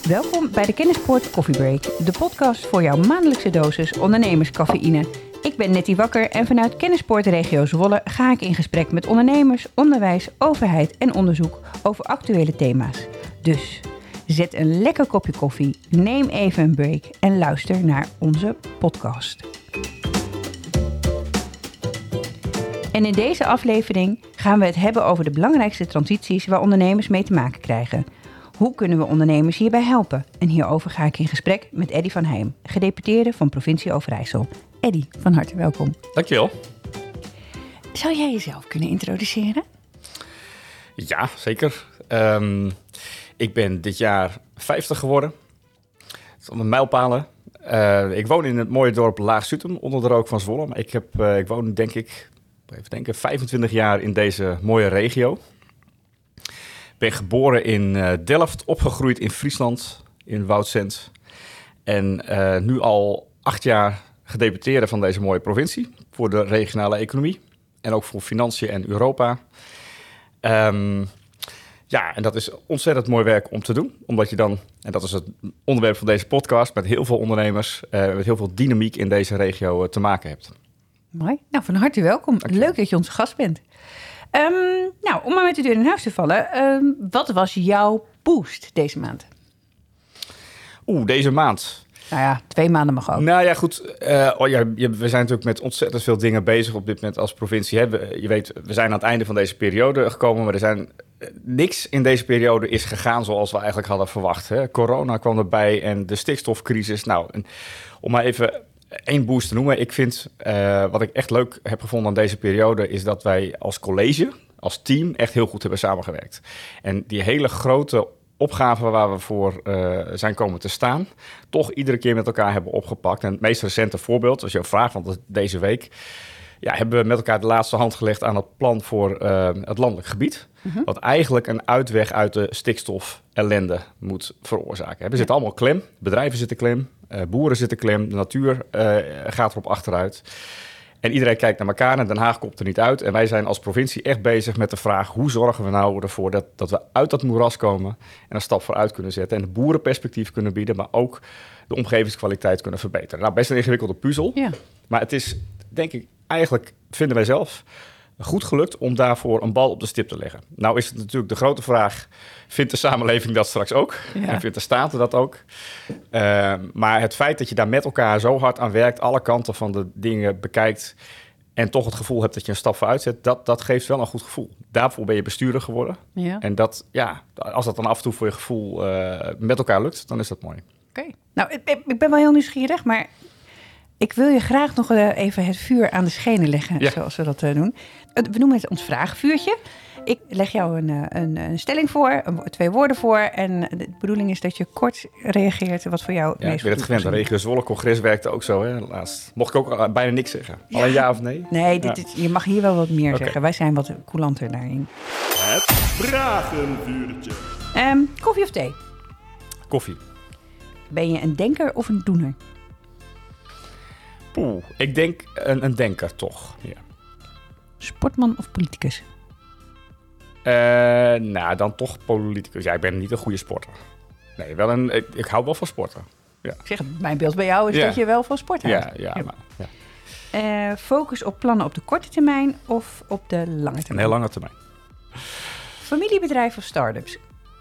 Welkom bij de Kennisport Coffee Break, de podcast voor jouw maandelijkse dosis ondernemerscafeïne. Ik ben Nettie Wakker en vanuit Kennisport Regio Zwolle ga ik in gesprek met ondernemers, onderwijs, overheid en onderzoek over actuele thema's. Dus zet een lekker kopje koffie, neem even een break en luister naar onze podcast. En in deze aflevering gaan we het hebben over de belangrijkste transities waar ondernemers mee te maken krijgen. Hoe kunnen we ondernemers hierbij helpen? En hierover ga ik in gesprek met Eddy van Heem, gedeputeerde van provincie Overijssel. Eddy, van harte welkom. Dankjewel. Zou jij jezelf kunnen introduceren? Ja, zeker. Ik ben dit jaar 50 geworden. Dat is al een mijlpalen. Ik woon in het mooie dorp Laag-Zutem, onder de rook van Zwolle. Maar ik woon denk ik, even denken, 25 jaar in deze mooie regio. Ik ben geboren in Delft, opgegroeid in Friesland, in Woudsend. En nu al 8 jaar gedeputeerde van deze mooie provincie voor de regionale economie. En ook voor financiën en Europa. Ja, en dat is ontzettend mooi werk om te doen. Omdat je dan, en dat is het onderwerp van deze podcast, met heel veel ondernemers, met heel veel dynamiek in deze regio te maken hebt. Mooi. Nou, van harte welkom. Leuk dat je onze gast bent. Nou, om maar met de deur in huis te vallen. Wat was jouw boost deze maand? Deze maand. Nou ja, 2 maanden mag ook. Nou ja, goed. We zijn natuurlijk met ontzettend veel dingen bezig op dit moment als provincie. Hè. Je weet, we zijn aan het einde van deze periode gekomen, maar er zijn niks in deze periode is gegaan zoals we eigenlijk hadden verwacht. Hè. Corona kwam erbij en de stikstofcrisis. Nou, om maar even 1 boost te noemen. Ik vind, wat ik echt leuk heb gevonden aan deze periode, is dat wij als college, als team, echt heel goed hebben samengewerkt. En die hele grote opgaven waar we voor zijn komen te staan, toch iedere keer met elkaar hebben opgepakt. En het meest recente voorbeeld, als je een vraag, want deze week hebben we met elkaar de laatste hand gelegd aan het plan voor het landelijk gebied. Wat eigenlijk een uitweg uit de stikstofellende moet veroorzaken. We zitten allemaal klem, bedrijven zitten klem, boeren zitten klem, de natuur gaat erop achteruit. En iedereen kijkt naar elkaar en Den Haag komt er niet uit. En wij zijn als provincie echt bezig met de vraag, hoe zorgen we nou ervoor dat we uit dat moeras komen en een stap vooruit kunnen zetten. En het boerenperspectief kunnen bieden, maar ook de omgevingskwaliteit kunnen verbeteren. Nou, best een ingewikkelde puzzel. Ja. Maar het is, denk ik, eigenlijk vinden wij zelf goed gelukt om daarvoor een bal op de stip te leggen. Nou is het natuurlijk de grote vraag, vindt de samenleving dat straks ook? Ja. En vindt de Staten dat ook? Maar het feit dat je daar met elkaar zo hard aan werkt, alle kanten van de dingen bekijkt en toch het gevoel hebt dat je een stap vooruit zet, dat geeft wel een goed gevoel. Daarvoor ben je bestuurder geworden. Ja. En als dat dan af en toe voor je gevoel met elkaar lukt, dan is dat mooi. Oké. Nou, ik ben wel heel nieuwsgierig, maar ik wil je graag nog even het vuur aan de schenen leggen, zoals we dat doen. We noemen het ons vraagvuurtje. Ik leg jou een stelling voor, 2 woorden voor. En de bedoeling is dat je kort reageert wat voor jou meest. Ik ben het gewend. De regio Zwolle-congres werkte ook zo. Hè, laatst. Mocht ik ook bijna niks zeggen. Alleen ja of nee? Nee, je mag hier wel wat meer zeggen. Wij zijn wat coulanter daarin. Het vragenvuurtje. Koffie of thee? Koffie. Ben je een denker of een doener? Ik denk een denker toch, ja. Sportman of politicus? Dan toch politicus. Ja, ik ben niet een goede sporter. Nee, ik hou wel van sporten. Ja. Ik zeg, mijn beeld bij jou is dat je wel van sport houdt. Ja. Focus op plannen op de korte termijn of op de lange termijn? Een heel lange termijn. Familiebedrijf of start-ups?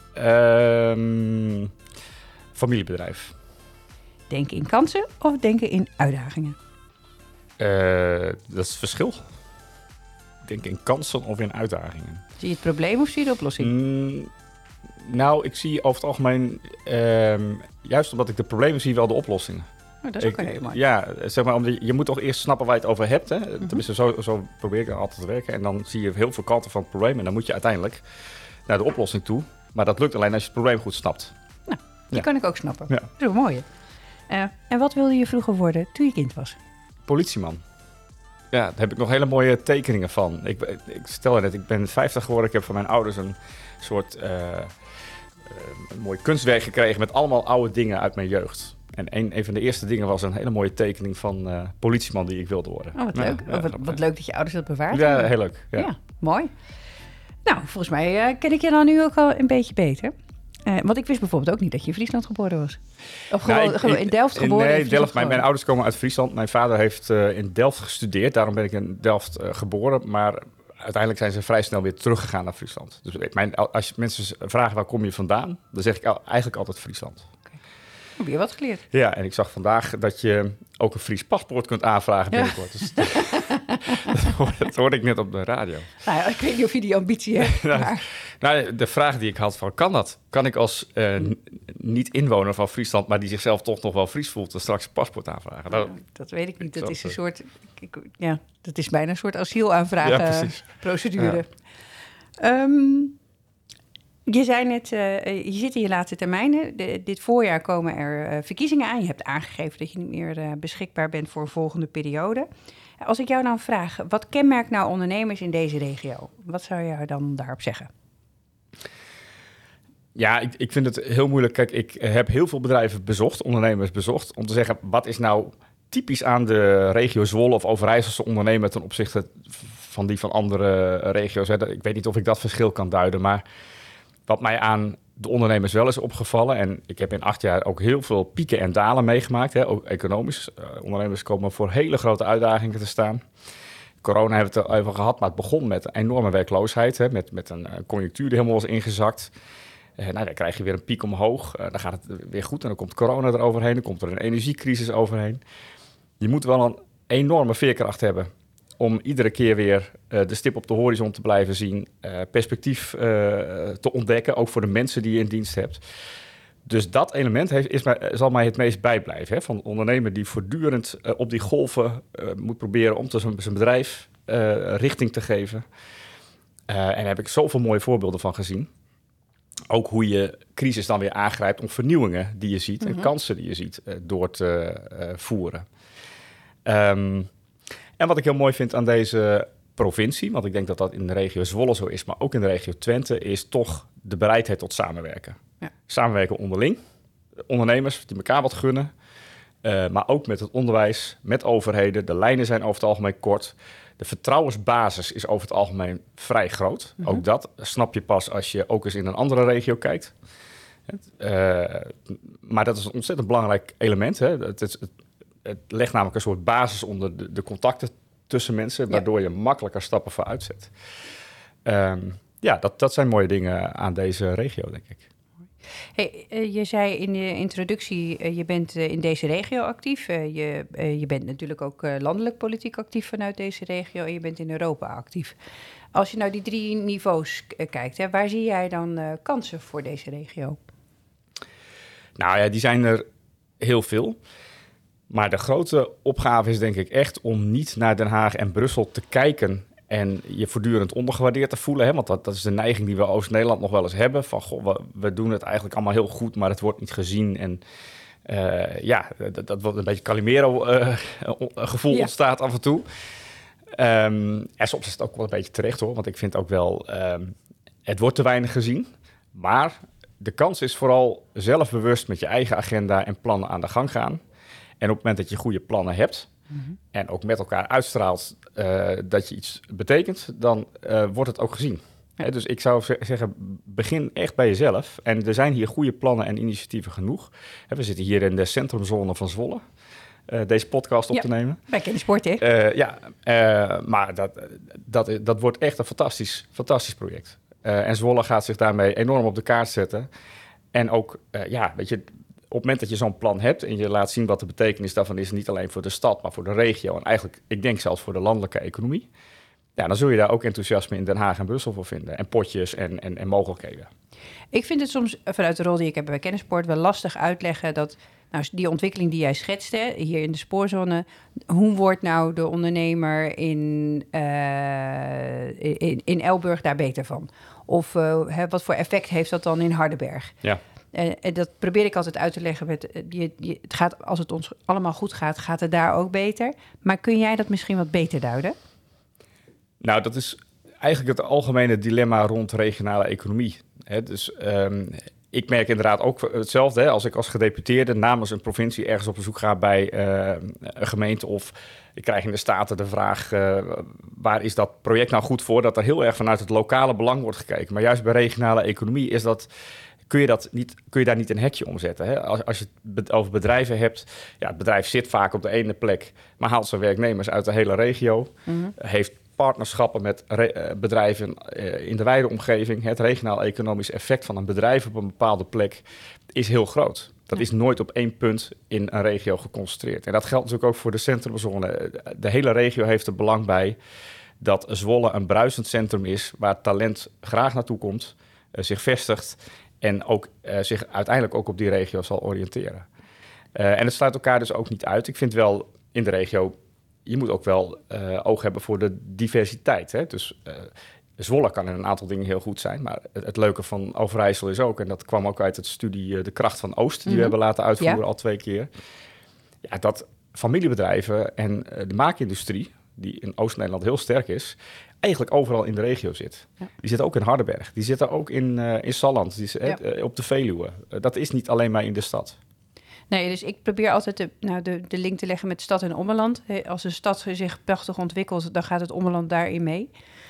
Familiebedrijf. Denken in kansen of denken in uitdagingen? Dat is het verschil. Denken in kansen of in uitdagingen. Zie je het probleem of zie je de oplossing? Nou, ik zie over het algemeen, juist omdat ik de problemen zie, wel de oplossingen. Oh, dat is ook heel mooi. Ja, zeg maar, omdat je moet toch eerst snappen waar je het over hebt. Hè? Tenminste, zo probeer ik dan altijd te werken. En dan zie je heel veel kanten van het probleem. En dan moet je uiteindelijk naar de oplossing toe. Maar dat lukt alleen als je het probleem goed snapt. Nou, die kan ik ook snappen. Ja. Dat is wel mooi. En wat wilde je vroeger worden toen je kind was? Politieman. Ja, daar heb ik nog hele mooie tekeningen van. Ik stel je net, ik ben 50 geworden. Ik heb van mijn ouders een soort een mooi kunstwerk gekregen met allemaal oude dingen uit mijn jeugd. En een van de eerste dingen was een hele mooie tekening van politieman die ik wilde worden. Oh, wat leuk. Wat leuk dat je ouders dat bewaard hebben. Ja, heel leuk. Ja, mooi. Nou, volgens mij ken ik je dan nu ook al een beetje beter. Want ik wist bijvoorbeeld ook niet dat je in Friesland geboren was. Of gewoon in Delft geboren? Nee, Delft. Mijn ouders komen uit Friesland. Mijn vader heeft in Delft gestudeerd. Daarom ben ik in Delft geboren. Maar uiteindelijk zijn ze vrij snel weer teruggegaan naar Friesland. Dus als mensen vragen waar kom je vandaan, dan zeg ik eigenlijk altijd Friesland. Heb je wat geleerd? Ja, en ik zag vandaag dat je ook een Fries paspoort kunt aanvragen binnenkort. Ja. Dus dat hoorde ik net op de radio. Nou, ik weet niet of je die ambitie hebt. Nou, de vraag die ik had van, kan dat? Kan ik als niet-inwoner van Friesland, maar die zichzelf toch nog wel Fries voelt, straks een paspoort aanvragen? Nou, dat weet ik niet. Dat is een soort, dat is bijna een soort asielaanvragenprocedure. Ja. Je zei net, je zit in je laatste termijnen. Dit voorjaar komen er verkiezingen aan. Je hebt aangegeven dat je niet meer beschikbaar bent voor een volgende periode. Als ik jou nou vraag, wat kenmerkt nou ondernemers in deze regio? Wat zou je dan daarop zeggen? Ja, ik vind het heel moeilijk. Kijk, ik heb heel veel bedrijven bezocht, ondernemers bezocht, om te zeggen, wat is nou typisch aan de regio Zwolle of Overijsselse ondernemer ten opzichte van die van andere regio's? Ik weet niet of ik dat verschil kan duiden, maar wat mij aan de ondernemers wel is opgevallen, en ik heb in 8 jaar ook heel veel pieken en dalen meegemaakt, ook economisch. Ondernemers komen voor hele grote uitdagingen te staan. Corona hebben we het even gehad, maar het begon met een enorme werkloosheid, met een conjunctuur die helemaal was ingezakt. Dan krijg je weer een piek omhoog, dan gaat het weer goed en dan komt corona eroverheen, dan komt er een energiecrisis overheen. Je moet wel een enorme veerkracht hebben om iedere keer weer de stip op de horizon te blijven zien, perspectief te ontdekken, ook voor de mensen die je in dienst hebt. Dus dat element zal mij het meest bijblijven. Hè? Van een ondernemer die voortdurend op die golven moet proberen om zijn bedrijf richting te geven. En daar heb ik zoveel mooie voorbeelden van gezien. Ook hoe je crisis dan weer aangrijpt om vernieuwingen die je ziet en kansen die je ziet door te voeren. En wat ik heel mooi vind aan deze provincie, want ik denk dat dat in de regio Zwolle zo is, maar ook in de regio Twente, is toch de bereidheid tot samenwerken. Ja. Samenwerken onderling, ondernemers die elkaar wat gunnen, maar ook met het onderwijs, met overheden. De lijnen zijn over het algemeen kort. De vertrouwensbasis is over het algemeen vrij groot. Ook dat snap je pas als je ook eens in een andere regio kijkt. Maar dat is een ontzettend belangrijk element. Hè? Het legt namelijk een soort basis onder de contacten tussen mensen, waardoor je makkelijker stappen vooruit zet. Dat zijn mooie dingen aan deze regio, denk ik. Hey, je zei in de introductie, je bent in deze regio actief. Je bent natuurlijk ook landelijk politiek actief vanuit deze regio en je bent in Europa actief. Als je nou die 3 niveaus kijkt, waar zie jij dan kansen voor deze regio? Nou ja, die zijn er heel veel. Maar de grote opgave is denk ik echt om niet naar Den Haag en Brussel te kijken en je voortdurend ondergewaardeerd te voelen. Hè? Want dat is de neiging die we Oost-Nederland nog wel eens hebben. Van, we doen het eigenlijk allemaal heel goed, maar het wordt niet gezien. En dat wordt een beetje Calimero-gevoel ontstaat af en toe. En soms is het ook wel een beetje terecht hoor. Want ik vind ook wel, het wordt te weinig gezien. Maar de kans is vooral zelfbewust met je eigen agenda en plannen aan de gang gaan. En op het moment dat je goede plannen hebt en ook met elkaar uitstraalt dat je iets betekent, dan wordt het ook gezien. Ja. Dus ik zou zeggen, begin echt bij jezelf. En er zijn hier goede plannen en initiatieven genoeg. We zitten hier in de centrumzone van Zwolle, deze podcast op te nemen. Bij Kennisport, hè? Maar dat wordt echt een fantastisch project. En Zwolle gaat zich daarmee enorm op de kaart zetten. En ook, weet je, op het moment dat je zo'n plan hebt en je laat zien wat de betekenis daarvan is, niet alleen voor de stad, maar voor de regio en eigenlijk, ik denk zelfs voor de landelijke economie, ja, dan zul je daar ook enthousiasme in Den Haag en Brussel voor vinden. En potjes en mogelijkheden. Ik vind het soms vanuit de rol die ik heb bij Kennisport wel lastig uitleggen dat nou, die ontwikkeling die jij schetste hier in de spoorzone, hoe wordt nou de ondernemer in Elburg daar beter van? Of wat voor effect heeft dat dan in Hardenberg? Ja. En dat probeer ik altijd uit te leggen met, het gaat, als het ons allemaal goed gaat, gaat het daar ook beter. Maar kun jij dat misschien wat beter duiden? Nou, dat is eigenlijk het algemene dilemma rond regionale economie. Dus ik merk inderdaad ook hetzelfde. Als ik als gedeputeerde namens een provincie ergens op bezoek ga bij een gemeente, of ik krijg in de Staten de vraag, waar is dat project nou goed voor? Dat er heel erg vanuit het lokale belang wordt gekeken. Maar juist bij regionale economie is dat kun je daar niet een hekje omzetten. Hè? Als je het over bedrijven hebt, het bedrijf zit vaak op de ene plek, maar haalt zijn werknemers uit de hele regio, heeft partnerschappen met bedrijven in de wijde omgeving. Het regionaal economisch effect van een bedrijf op een bepaalde plek is heel groot. Dat is nooit op één punt in een regio geconcentreerd. En dat geldt natuurlijk ook voor de centrumzone. De hele regio heeft er belang bij dat Zwolle een bruisend centrum is waar talent graag naartoe komt, zich vestigt en ook zich uiteindelijk ook op die regio zal oriënteren. En het sluit elkaar dus ook niet uit. Ik vind wel in de regio, je moet ook wel oog hebben voor de diversiteit. Hè? Dus Zwolle kan in een aantal dingen heel goed zijn, maar het leuke van Overijssel is ook, en dat kwam ook uit het studie De Kracht van Oost, die we hebben laten uitvoeren al 2 keer, dat familiebedrijven en de maakindustrie, die in Oost-Nederland heel sterk is, eigenlijk overal in de regio zit. Ja. Die zit ook in Hardenberg, die zitten ook in Salland, die zit, op de Veluwe. Dat is niet alleen maar in de stad. Nee, dus ik probeer altijd de link te leggen met stad en ommeland. Als een stad zich prachtig ontwikkelt, dan gaat het ommeland daarin mee.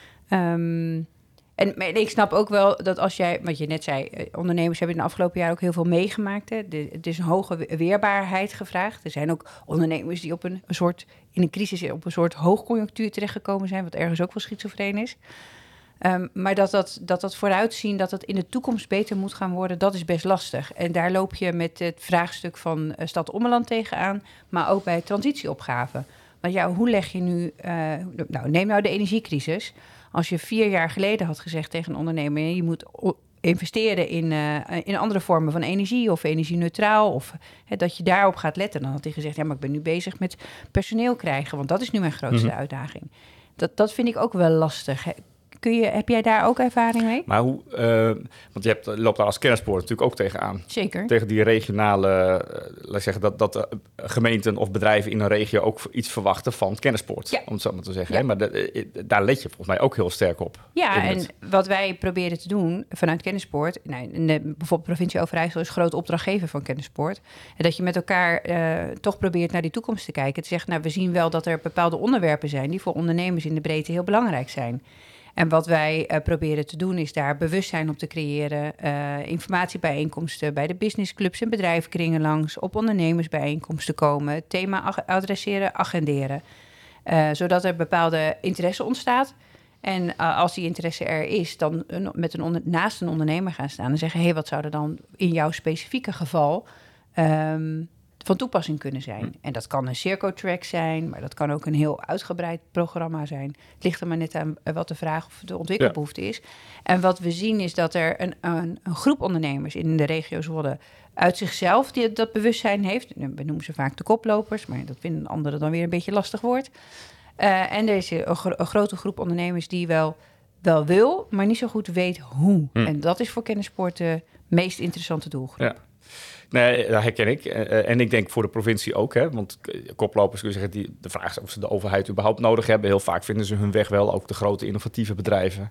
En ik snap ook wel dat als jij, wat je net zei, ondernemers hebben in de afgelopen jaren ook heel veel meegemaakt. Hè. Het is een hoge weerbaarheid gevraagd. Er zijn ook ondernemers die op in een crisis op een soort hoogconjunctuur terechtgekomen zijn, wat ergens ook wel schizofreen is. Maar dat vooruitzien dat het in de toekomst beter moet gaan worden, dat is best lastig. En daar loop je met het vraagstuk van stad-ommeland tegenaan, maar ook bij transitieopgaven. Want hoe leg je nu, neem nou de energiecrisis. Als je 4 jaar geleden had gezegd tegen een ondernemer, je moet investeren in andere vormen van energie of energie-neutraal, of dat je daarop gaat letten, dan had hij gezegd, maar ik ben nu bezig met personeel krijgen, want dat is nu mijn grootste uitdaging. Dat vind ik ook wel lastig. Heb jij daar ook ervaring mee? Maar want je loopt daar als kennispoort natuurlijk ook tegenaan. Zeker. Tegen die regionale, laat ik zeggen, dat gemeenten of bedrijven in een regio ook iets verwachten van kennispoort, om het zo maar te zeggen. Ja. Hè? Maar daar let je volgens mij ook heel sterk op. Ja, en wat wij proberen te doen vanuit kennispoort, bijvoorbeeld provincie Overijssel is groot opdrachtgever van kennispoort, en dat je met elkaar toch probeert naar die toekomst te kijken. Te zeggen, we zien wel dat er bepaalde onderwerpen zijn die voor ondernemers in de breedte heel belangrijk zijn. En wat wij proberen te doen is daar bewustzijn op te creëren. Informatiebijeenkomsten bij de businessclubs en bedrijvenkringen langs. Op ondernemersbijeenkomsten komen. Thema adresseren, agenderen. Zodat er bepaalde interesse ontstaat. En als die interesse er is, dan naast een ondernemer gaan staan en zeggen, wat zou er dan in jouw specifieke geval van toepassing kunnen zijn. En dat kan een circo-track zijn, maar dat kan ook een heel uitgebreid programma zijn. Het ligt er maar net aan wat de vraag of de ontwikkelbehoefte is. En wat we zien is dat er een groep ondernemers in de regio Zwolle uit zichzelf dat bewustzijn heeft. We noemen ze vaak de koplopers, maar dat vinden anderen dan weer een beetje lastig woord. En er is een grote groep ondernemers die wel wil, maar niet zo goed weet hoe. En dat is voor kennissport de meest interessante doelgroep. Ja. Nee, dat herken ik. En ik denk voor de provincie ook. Hè? Want koplopers kunnen zeggen, de vraag is of ze de overheid überhaupt nodig hebben. Heel vaak vinden ze hun weg wel, ook de grote innovatieve bedrijven.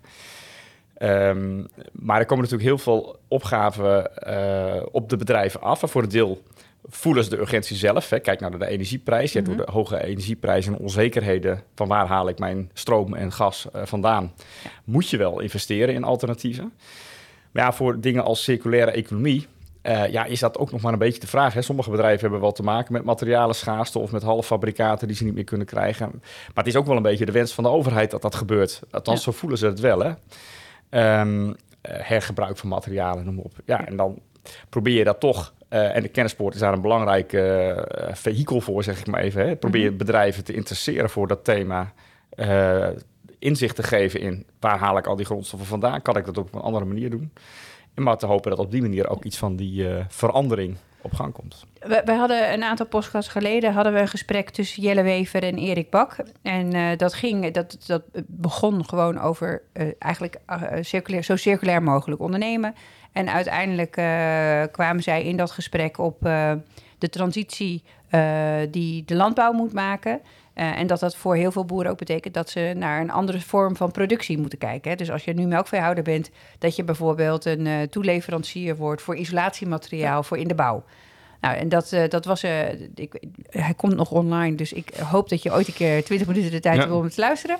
Maar er komen natuurlijk heel veel opgaven op de bedrijven af. En voor een deel voelen ze de urgentie zelf. Hè? Kijk naar de energieprijs. Door de hoge energieprijzen en onzekerheden van waar haal ik mijn stroom en gas vandaan, moet je wel investeren in alternatieven. Maar voor dingen als circulaire economie is dat ook nog maar een beetje de vraag. Hè? Sommige bedrijven hebben wel te maken met materialenschaarste of met halffabrikaten die ze niet meer kunnen krijgen. Maar het is ook wel een beetje de wens van de overheid dat dat gebeurt. Althans, zo voelen ze het wel. Hè? Hergebruik van materialen, noem op. Ja, en dan probeer je dat toch. En de kennispoort is daar een belangrijk vehikel voor, zeg ik maar even. Hè? Probeer bedrijven te interesseren voor dat thema. Inzicht te geven in waar haal ik al die grondstoffen vandaan. Kan ik dat op een andere manier doen? En maar te hopen dat op die manier ook iets van die verandering op gang komt. We hadden een aantal podcasts geleden een gesprek tussen Jelle Wever en Erik Bak. En dat begon gewoon over eigenlijk zo circulair mogelijk ondernemen. En uiteindelijk kwamen zij in dat gesprek op de transitie die de landbouw moet maken. En dat voor heel veel boeren ook betekent dat ze naar een andere vorm van productie moeten kijken. Hè. Dus als je nu melkveehouder bent, dat je bijvoorbeeld een toeleverancier wordt voor isolatiemateriaal voor in de bouw. Nou, en dat was... hij komt nog online, dus ik hoop dat je ooit een keer 20 minuten de tijd hebt om te luisteren.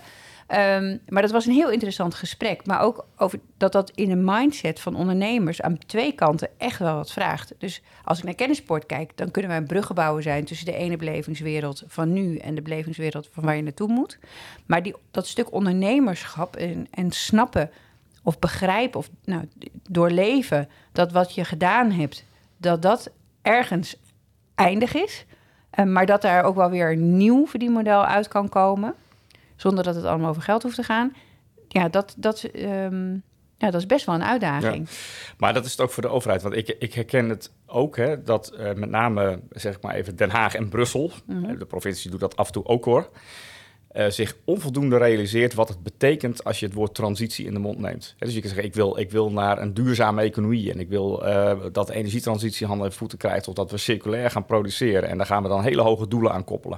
Maar dat was een heel interessant gesprek. Maar ook over dat in een mindset van ondernemers aan twee kanten echt wel wat vraagt. Dus als ik naar kennissport kijk, dan kunnen wij een bruggenbouwer zijn tussen de ene belevingswereld van nu en de belevingswereld van waar je naartoe moet. Maar dat stuk ondernemerschap en snappen of begrijpen of doorleven dat wat je gedaan hebt, dat ergens eindig is. Maar dat daar ook wel weer een nieuw verdienmodel uit kan komen, zonder dat het allemaal over geld hoeft te gaan. Ja, dat is best wel een uitdaging. Ja. Maar dat is het ook voor de overheid. Want ik herken het ook, dat met name, zeg ik maar even, Den Haag en Brussel, de provincie doet dat af en toe ook hoor, zich onvoldoende realiseert wat het betekent als je het woord transitie in de mond neemt. Dus je kan zeggen, ik wil naar een duurzame economie en ik wil dat de energietransitie handen en voeten krijgt, of dat we circulair gaan produceren. En daar gaan we dan hele hoge doelen aan koppelen.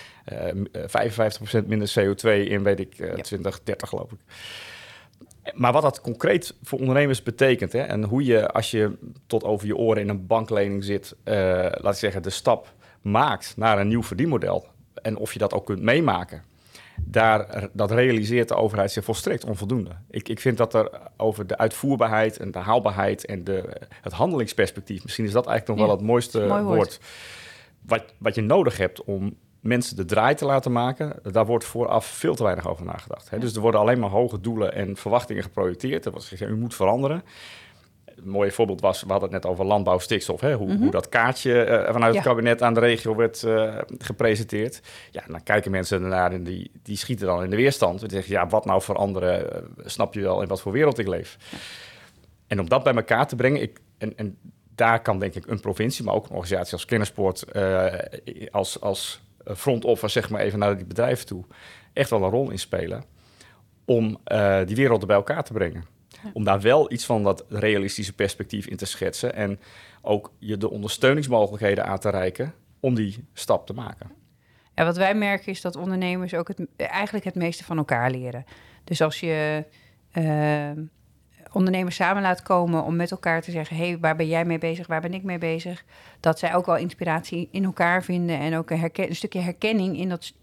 55% minder CO2 in, 2030 geloof ik. Maar wat dat concreet voor ondernemers betekent, en hoe je, als je tot over je oren in een banklening zit, laat ik zeggen, de stap maakt naar een nieuw verdienmodel en of je dat ook kunt meemaken, dat realiseert de overheid zich volstrekt onvoldoende. Ik vind dat er over de uitvoerbaarheid en de haalbaarheid en het handelingsperspectief, misschien is dat eigenlijk nog wel het mooiste woord, wat je nodig hebt om mensen de draai te laten maken, daar wordt vooraf veel te weinig over nagedacht. Hè? Dus er worden alleen maar hoge doelen en verwachtingen geprojecteerd. Er wordt gezegd, u moet veranderen. Een mooi voorbeeld was, we hadden het net over landbouw, stikstof. Hè? Hoe dat kaartje vanuit het kabinet aan de regio werd gepresenteerd. Ja, dan kijken mensen ernaar en die schieten dan in de weerstand. Die zeggen, ja, wat nou veranderen? Snap je wel in wat voor wereld ik leef? Ja. En om dat bij elkaar te brengen, en daar kan denk ik een provincie, maar ook een organisatie als Kennissport, als front office, zeg maar even naar die bedrijven toe, echt wel een rol in spelen om die werelden bij elkaar te brengen. Ja. Om daar wel iets van dat realistische perspectief in te schetsen en ook je de ondersteuningsmogelijkheden aan te reiken om die stap te maken. Ja, wat wij merken is dat ondernemers ook eigenlijk het meeste van elkaar leren. Dus als je ondernemers samen laat komen om met elkaar te zeggen, hey, waar ben jij mee bezig, waar ben ik mee bezig? Dat zij ook wel inspiratie in elkaar vinden en ook een stukje herkenning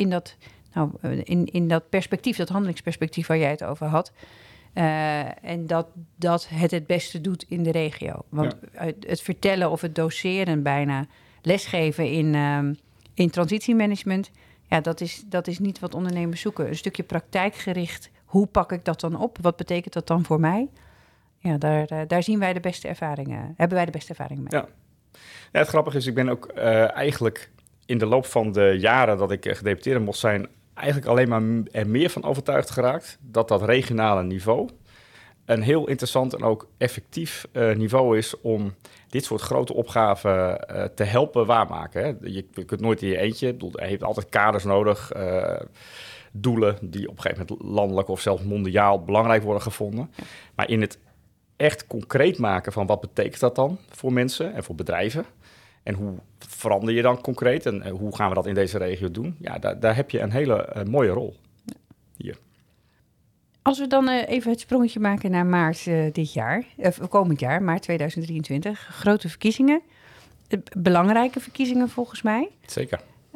in dat perspectief, dat handelingsperspectief waar jij het over had. En dat het beste doet in de regio. Want het vertellen of het doseren bijna, lesgeven in transitiemanagement, ja, dat is niet wat ondernemers zoeken. Een stukje praktijkgericht, hoe pak ik dat dan op? Wat betekent dat dan voor mij? Ja, daar zien wij hebben wij de beste ervaringen mee. Ja, het grappige is, ik ben ook eigenlijk in de loop van de jaren dat ik gedeputeerde mocht zijn, eigenlijk alleen maar er meer van overtuigd geraakt dat regionale niveau een heel interessant en ook effectief niveau is om dit soort grote opgaven te helpen waarmaken. Hè. Je kunt nooit in je eentje. Ik bedoel, je hebt altijd kaders nodig, doelen die op een gegeven moment landelijk of zelfs mondiaal belangrijk worden gevonden. Maar in het echt concreet maken van wat betekent dat dan voor mensen en voor bedrijven? En hoe verander je dan concreet en hoe gaan we dat in deze regio doen? Ja, daar heb je een hele mooie rol hier. Als we dan even het sprongetje maken naar maart dit jaar, komend jaar, maart 2023. Grote verkiezingen, belangrijke verkiezingen volgens mij. Zeker.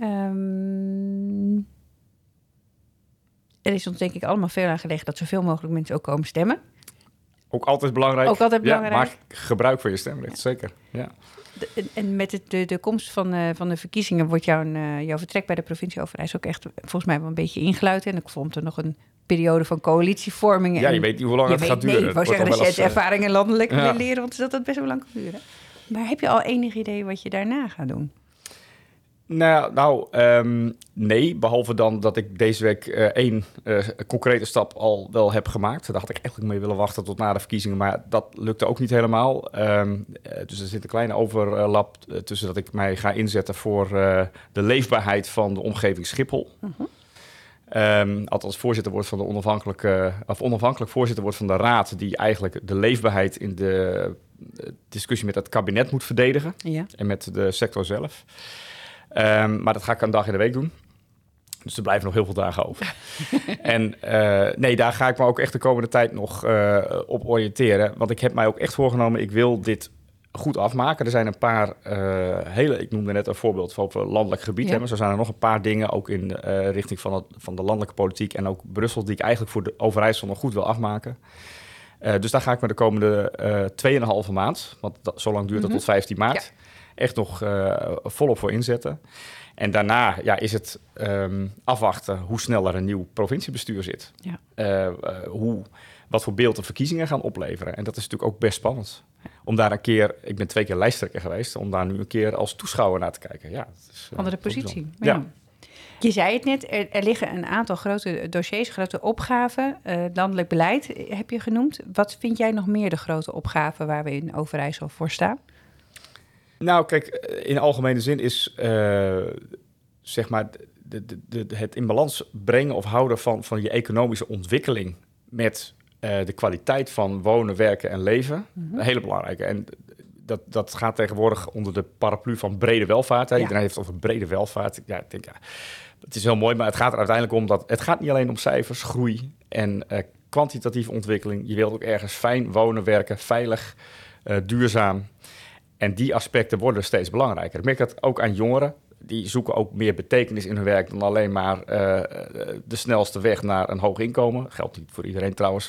Er is ons denk ik allemaal veel aan gelegen dat zoveel mogelijk mensen ook komen stemmen. Ook altijd belangrijk. Ook altijd belangrijk. Ja, maak gebruik van je stemrecht, zeker. Ja. En met de komst van de verkiezingen wordt jouw vertrek bij de provincie Overijssel ook echt volgens mij wel een beetje ingeluid. En er komt er nog een periode van coalitievorming. Ja, je weet niet hoe lang het gaat duren. Nee, ik wou zeggen, dat je ervaringen landelijk wil leren, want dat best wel lang kan duren. Maar heb je al enig idee wat je daarna gaat doen? Nee, behalve dan dat ik deze week één concrete stap al wel heb gemaakt. Daar had ik eigenlijk mee willen wachten tot na de verkiezingen, maar dat lukte ook niet helemaal. Dus er zit een kleine overlap tussen dat ik mij ga inzetten voor de leefbaarheid van de omgeving Schiphol. Althans voorzitter wordt van de onafhankelijk voorzitter wordt van de raad die eigenlijk de leefbaarheid in de discussie met het kabinet moet verdedigen en met de sector zelf. Maar dat ga ik een dag in de week doen. Dus er blijven nog heel veel dagen over. En daar ga ik me ook echt de komende tijd nog op oriënteren. Want ik heb mij ook echt voorgenomen, ik wil dit goed afmaken. Er zijn een paar ik noemde net een voorbeeld over landelijk gebied. Ja. Zo zijn er nog een paar dingen, ook in richting van de landelijke politiek en ook Brussel, die ik eigenlijk voor de Overijssel nog goed wil afmaken. Dus daar ga ik me de komende 2,5 maand, want zo lang duurt het tot 15 maart, echt nog volop voor inzetten. En daarna is het afwachten hoe snel er een nieuw provinciebestuur zit. Ja. Wat voor beeld de verkiezingen gaan opleveren. En dat is natuurlijk ook best spannend. Om daar een keer, ik ben 2 keer lijsttrekker geweest, om daar nu een keer als toeschouwer naar te kijken. Ja, dat is, andere positie. Ja. Je zei het net, er liggen een aantal grote dossiers, grote opgaven. Landelijk beleid heb je genoemd. Wat vind jij nog meer de grote opgaven waar we in Overijssel voor staan? Nou, kijk, in algemene zin is zeg maar het in balans brengen of houden van je economische ontwikkeling met de kwaliteit van wonen, werken en leven. Een hele belangrijke. En dat gaat tegenwoordig onder de paraplu van brede welvaart. Ja. Iedereen heeft het over brede welvaart. Ja, ik denk, het is heel mooi, maar het gaat er uiteindelijk om dat het gaat niet alleen om cijfers, groei en kwantitatieve ontwikkeling. Je wilt ook ergens fijn wonen, werken, veilig, duurzaam. En die aspecten worden steeds belangrijker. Ik merk dat ook aan jongeren. Die zoeken ook meer betekenis in hun werk dan alleen maar de snelste weg naar een hoog inkomen. Geldt niet voor iedereen trouwens.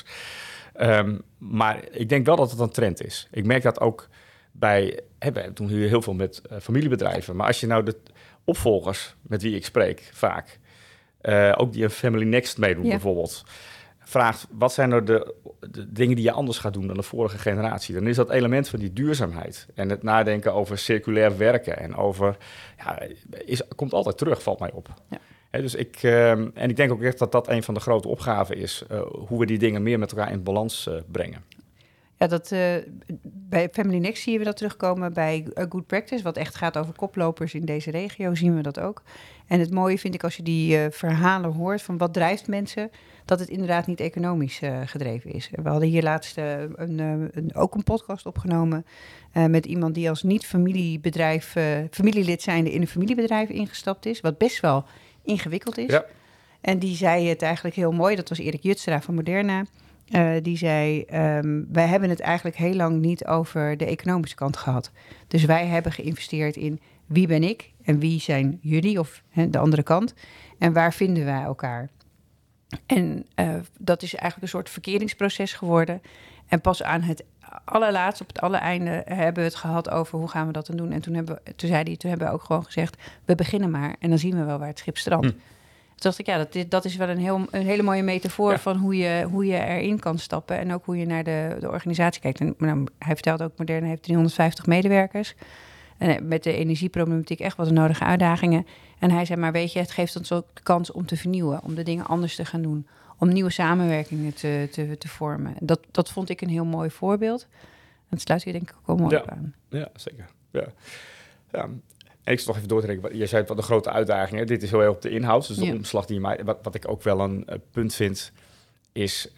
Maar ik denk wel dat het een trend is. Ik merk dat ook we doen hier heel veel met familiebedrijven. Maar als je nou de opvolgers met wie ik spreek vaak, ook die een Family Next meedoen bijvoorbeeld, vraagt wat zijn er de dingen die je anders gaat doen dan de vorige generatie. Dan is dat element van die duurzaamheid en het nadenken over circulair werken en over, komt altijd terug, valt mij op. Ja. Dus ik denk ook echt dat dat een van de grote opgaven is, hoe we die dingen meer met elkaar in balans brengen. Ja, bij Family Next zien we dat terugkomen bij Good Practice, wat echt gaat over koplopers in deze regio, zien we dat ook. En het mooie vind ik als je die verhalen hoort van wat drijft mensen, dat het inderdaad niet economisch gedreven is. We hadden hier laatst ook een podcast opgenomen met iemand die als niet-familielid zijnde in een familiebedrijf ingestapt is, wat best wel ingewikkeld is. Ja. En die zei het eigenlijk heel mooi, dat was Erik Jutstra van Moderna. Die zei, wij hebben het eigenlijk heel lang niet over de economische kant gehad. Dus wij hebben geïnvesteerd in wie ben ik en wie zijn jullie of de andere kant. En waar vinden wij elkaar? En dat is eigenlijk een soort verkeringsproces geworden. En pas aan het allerlaatst, op het allereinde, hebben we het gehad over hoe gaan we dat dan doen. En toen hebben we ook gewoon gezegd, we beginnen maar en dan zien we wel waar het schip strandt. Toen dacht ik, dat is wel een hele mooie metafoor van hoe je erin kan stappen. En ook hoe je naar de organisatie kijkt. En hij vertelde ook, Moderna heeft 350 medewerkers. En met de energieproblematiek echt wat de nodige uitdagingen. En hij zei, maar weet je, het geeft ons ook de kans om te vernieuwen. Om de dingen anders te gaan doen. Om nieuwe samenwerkingen te vormen. Dat vond ik een heel mooi voorbeeld. En het sluit hier denk ik ook wel mooi op aan. Ja, zeker. Ja. En ik zat nog even door te denken, je zei wat de grote uitdagingen. Dit is heel erg op de inhoud, dus de omslag die je maakt. Wat ik ook wel een punt vind, is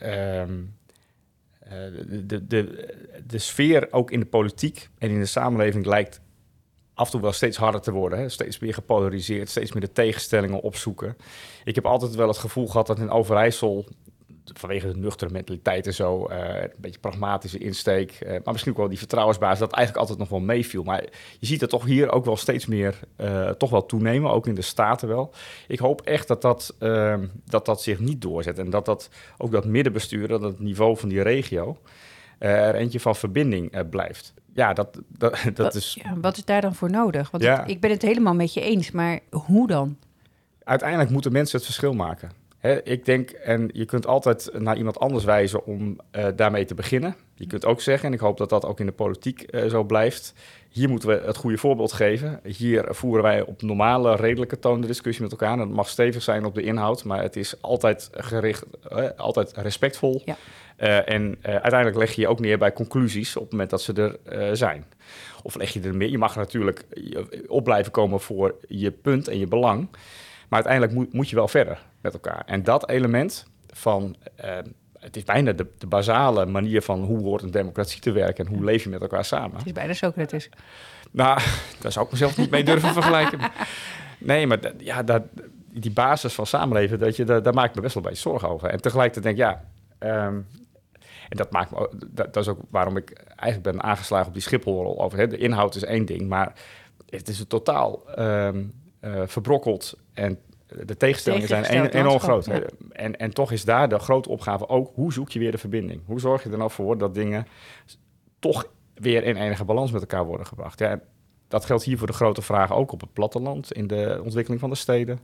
de sfeer ook in de politiek en in de samenleving lijkt af en toe wel steeds harder te worden. Hè? Steeds meer gepolariseerd, steeds meer de tegenstellingen opzoeken. Ik heb altijd wel het gevoel gehad dat in Overijssel, vanwege de nuchtere mentaliteit en zo, een beetje pragmatische insteek, maar misschien ook wel die vertrouwensbasis, dat eigenlijk altijd nog wel meeviel. Maar je ziet het toch hier ook wel steeds meer toch wel toenemen, ook in de Staten wel. Ik hoop echt dat zich niet doorzet en dat ook dat middenbestuur, dat het niveau van die regio, er eentje van verbinding blijft. Ja, dat is... Ja, wat is daar dan voor nodig? Want ik ben het helemaal met je eens, maar hoe dan? Uiteindelijk moeten mensen het verschil maken. Ik denk, en je kunt altijd naar iemand anders wijzen om daarmee te beginnen. Je kunt ook zeggen, en ik hoop dat dat ook in de politiek zo blijft, hier moeten we het goede voorbeeld geven. Hier voeren wij op normale, redelijke toon de discussie met elkaar. Het mag stevig zijn op de inhoud, maar het is altijd gericht, altijd respectvol. Ja. En uiteindelijk leg je je ook neer bij conclusies op het moment dat ze er zijn. Of leg je er meer. Je mag er natuurlijk op blijven komen voor je punt en je belang. Maar uiteindelijk moet je wel verder met elkaar. En dat element van, het is bijna de basale manier van hoe hoort een democratie te werken en hoe leef je met elkaar samen. Het is bijna Socrates. Nou, daar zou ik mezelf niet mee durven vergelijken. Nee, maar die basis van samenleven, daar maak ik me best wel een beetje zorgen over. En tegelijkertijd denk ik, En dat maakt me, dat is ook waarom ik eigenlijk ben aangeslagen op die Schipholrol over. Hè. De inhoud is één ding, maar het is totaal verbrokkeld en de tegenstellingen zijn enorm groot. Ja. En toch is daar de grote opgave ook, hoe zoek je weer de verbinding? Hoe zorg je er nou voor dat dingen toch weer in enige balans met elkaar worden gebracht? Ja, dat geldt hier voor de grote vragen ook op het platteland, in de ontwikkeling van de steden.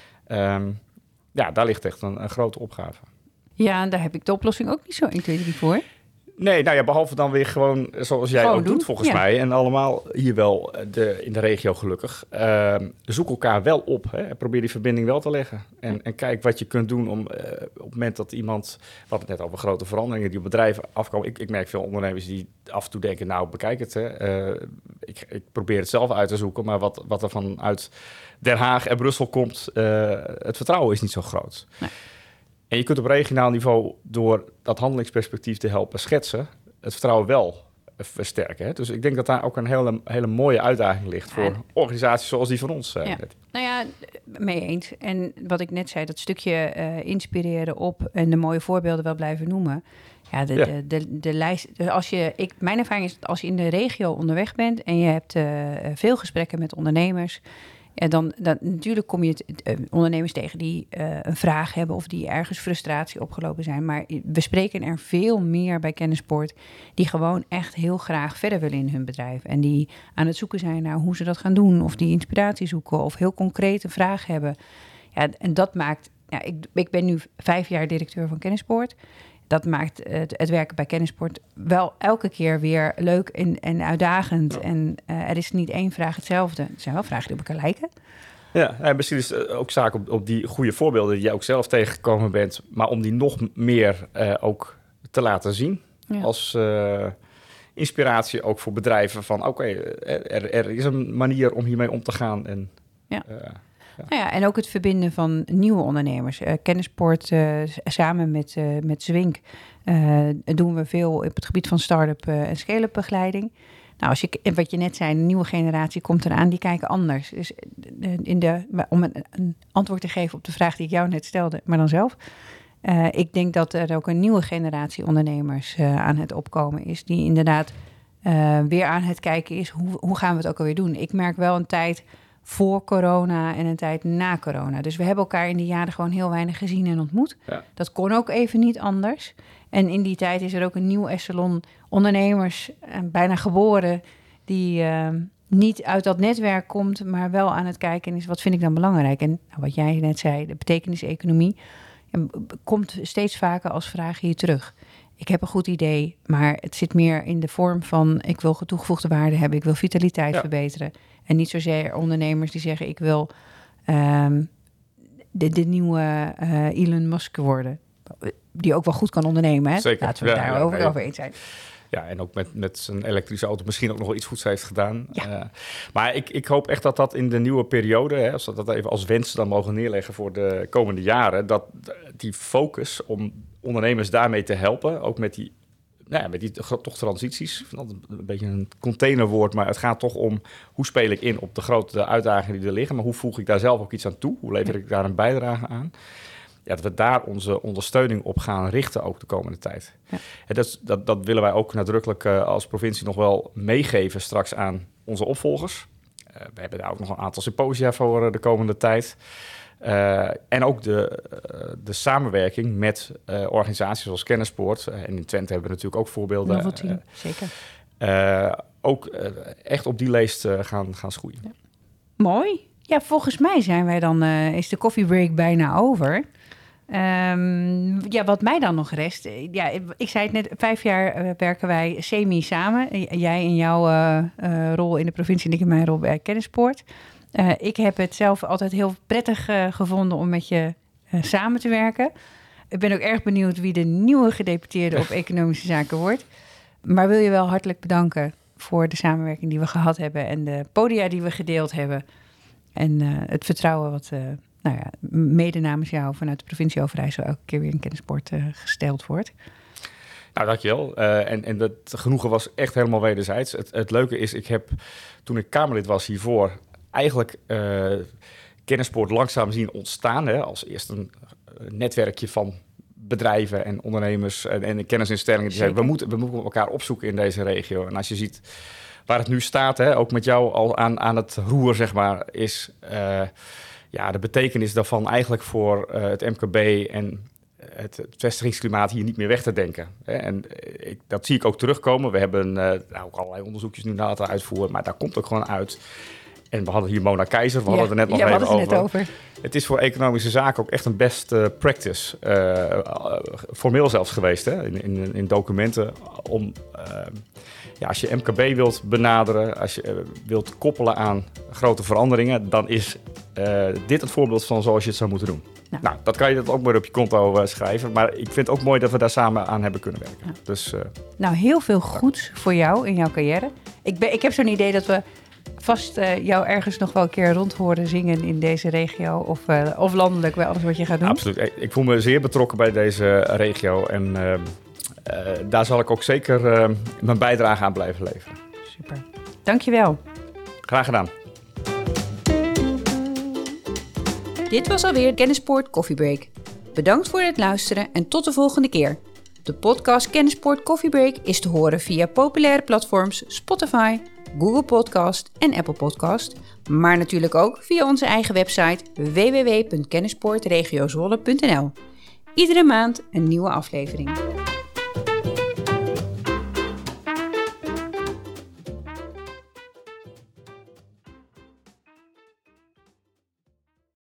Daar ligt echt een grote opgave. Ja, en daar heb ik de oplossing ook niet zo 1, 2, 3 voor. Nee, nou ja, behalve dan weer gewoon zoals jij ook doet volgens mij. En allemaal hier wel in de regio gelukkig. Zoek elkaar wel op. Hè. Probeer die verbinding wel te leggen. En kijk wat je kunt doen om op het moment dat iemand... We hadden het net over grote veranderingen die op bedrijven afkomen. Ik merk veel ondernemers die af en toe denken... nou, bekijk het. Hè. Ik probeer het zelf uit te zoeken. Maar wat er vanuit Den Haag en Brussel komt... het vertrouwen is niet zo groot. Nee. En je kunt op regionaal niveau door dat handelingsperspectief te helpen schetsen, het vertrouwen wel versterken. Hè? Dus ik denk dat daar ook een hele mooie uitdaging ligt voor organisaties zoals die van ons. Nou ja, mee eens. En wat ik net zei, dat stukje inspireren op en de mooie voorbeelden wel blijven noemen. Ja, de lijst. Dus mijn ervaring is dat als je in de regio onderweg bent en je hebt veel gesprekken met ondernemers. Ja, dan natuurlijk kom je ondernemers tegen die een vraag hebben of die ergens frustratie opgelopen zijn. Maar we spreken er veel meer bij Kennisport die gewoon echt heel graag verder willen in hun bedrijf. En die aan het zoeken zijn naar hoe ze dat gaan doen. Of die inspiratie zoeken of heel concreet een vraag hebben. Ja, en dat maakt... Ja, ik ben nu 5 jaar directeur van Kennisport. Dat maakt het werken bij Kennisport wel elke keer weer leuk en uitdagend. Ja. En er is niet één vraag hetzelfde. Er zijn wel vragen die op elkaar lijken. Ja, en misschien is het ook zaak op die goede voorbeelden die jij ook zelf tegengekomen bent. Maar om die nog meer ook te laten zien. Ja. Als inspiratie ook voor bedrijven van oké, er is een manier om hiermee om te gaan. En, ja. Nou ja, en ook het verbinden van nieuwe ondernemers. Kennisport samen met Zwink doen we veel op het gebied van start-up en scale-up begeleiding. Nou, wat je net zei, een nieuwe generatie komt eraan, die kijken anders. Dus om een antwoord te geven op de vraag die ik jou net stelde, maar dan zelf. Ik denk dat er ook een nieuwe generatie ondernemers aan het opkomen is, die inderdaad weer aan het kijken is, hoe gaan we het ook alweer doen? Ik merk wel een tijd voor corona en een tijd na corona. Dus we hebben elkaar in die jaren gewoon heel weinig gezien en ontmoet. Ja. Dat kon ook even niet anders. En in die tijd is er ook een nieuw echelon ondernemers, bijna geboren, die niet uit dat netwerk komt, maar wel aan het kijken is, wat vind ik dan belangrijk? En wat jij net zei, de betekeniseconomie, komt steeds vaker als vraag hier terug. Ik heb een goed idee, maar het zit meer in de vorm van, ik wil toegevoegde waarde hebben, ik wil vitaliteit verbeteren. En niet zozeer ondernemers die zeggen, ik wil de nieuwe Elon Musk worden. Die ook wel goed kan ondernemen, hè? Zeker. Laten we het daarover over eens zijn. Ja, en ook met zijn elektrische auto misschien ook nog wel iets goeds heeft gedaan. Ja. Maar ik hoop echt dat in de nieuwe periode, hè, als we dat even als wens dan mogen neerleggen voor de komende jaren, dat die focus om ondernemers daarmee te helpen, ook met die toch transities. Ik vind dat een beetje een containerwoord, maar het gaat toch om hoe speel ik in op de grote uitdagingen die er liggen, maar hoe voeg ik daar zelf ook iets aan toe? Hoe lever ik daar een bijdrage aan? Ja, dat we daar onze ondersteuning op gaan richten ook de komende tijd. Ja. En dat willen wij ook nadrukkelijk als provincie nog wel meegeven straks aan onze opvolgers. We hebben daar ook nog een aantal symposia voor de komende tijd. En ook de samenwerking met organisaties zoals Kennisport. En in Twente hebben we natuurlijk ook voorbeelden. Novelty, zeker. Ook echt op die leest gaan schoeien. Ja. Mooi. Ja, volgens mij zijn wij dan, is de koffiebreak bijna over. Wat mij dan nog rest. Ik zei het net, 5 jaar werken wij semi samen. Jij in jouw rol in de provincie en ik in mijn rol bij Kennisport. Ik heb het zelf altijd heel prettig gevonden om met je samen te werken. Ik ben ook erg benieuwd wie de nieuwe gedeputeerde op economische zaken wordt. Maar wil je wel hartelijk bedanken voor de samenwerking die we gehad hebben en de podia die we gedeeld hebben. En het vertrouwen wat mede namens jou vanuit de provincie Overijssel elke keer weer in Kennisport gesteld wordt. Nou, dankjewel. En dat genoegen was echt helemaal wederzijds. Het leuke is, toen ik Kamerlid was hiervoor, eigenlijk Kennisport langzaam zien ontstaan. Hè, als eerst een netwerkje van bedrijven en ondernemers en kennisinstellingen die zeggen, we moeten elkaar opzoeken in deze regio. En als je ziet waar het nu staat, hè, ook met jou al aan het roer, zeg maar, is de betekenis daarvan eigenlijk voor het MKB en het vestigingsklimaat hier niet meer weg te denken. Hè. En dat zie ik ook terugkomen. We hebben ook allerlei onderzoekjes nu laten uitvoeren, maar daar komt ook gewoon uit. En we hadden hier Mona Keizer, we hadden het er net nog even over. Het is voor economische zaken ook echt een best practice. Formeel zelfs geweest, hè, in documenten. Om, als je MKB wilt benaderen, als je wilt koppelen aan grote veranderingen, dan is dit het voorbeeld van zoals je het zou moeten doen. Nou, dat kan je dat ook maar op je konto schrijven. Maar ik vind het ook mooi dat we daar samen aan hebben kunnen werken. Ja. Dus, heel veel goeds voor jou in jouw carrière. Ik heb zo'n idee dat we vast jou ergens nog wel een keer rond horen zingen in deze regio of landelijk bij alles wat je gaat doen. Absoluut. Ik voel me zeer betrokken bij deze regio en daar zal ik ook zeker mijn bijdrage aan blijven leveren. Super. Dankjewel. Graag gedaan. Dit was alweer Kennisport Coffee Break. Bedankt voor het luisteren en tot de volgende keer. De podcast Kennisport Coffee Break is te horen via populaire platforms Spotify, Google Podcast en Apple Podcast, maar natuurlijk ook via onze eigen website www.kennisportregiozwolle.nl. Iedere maand een nieuwe aflevering.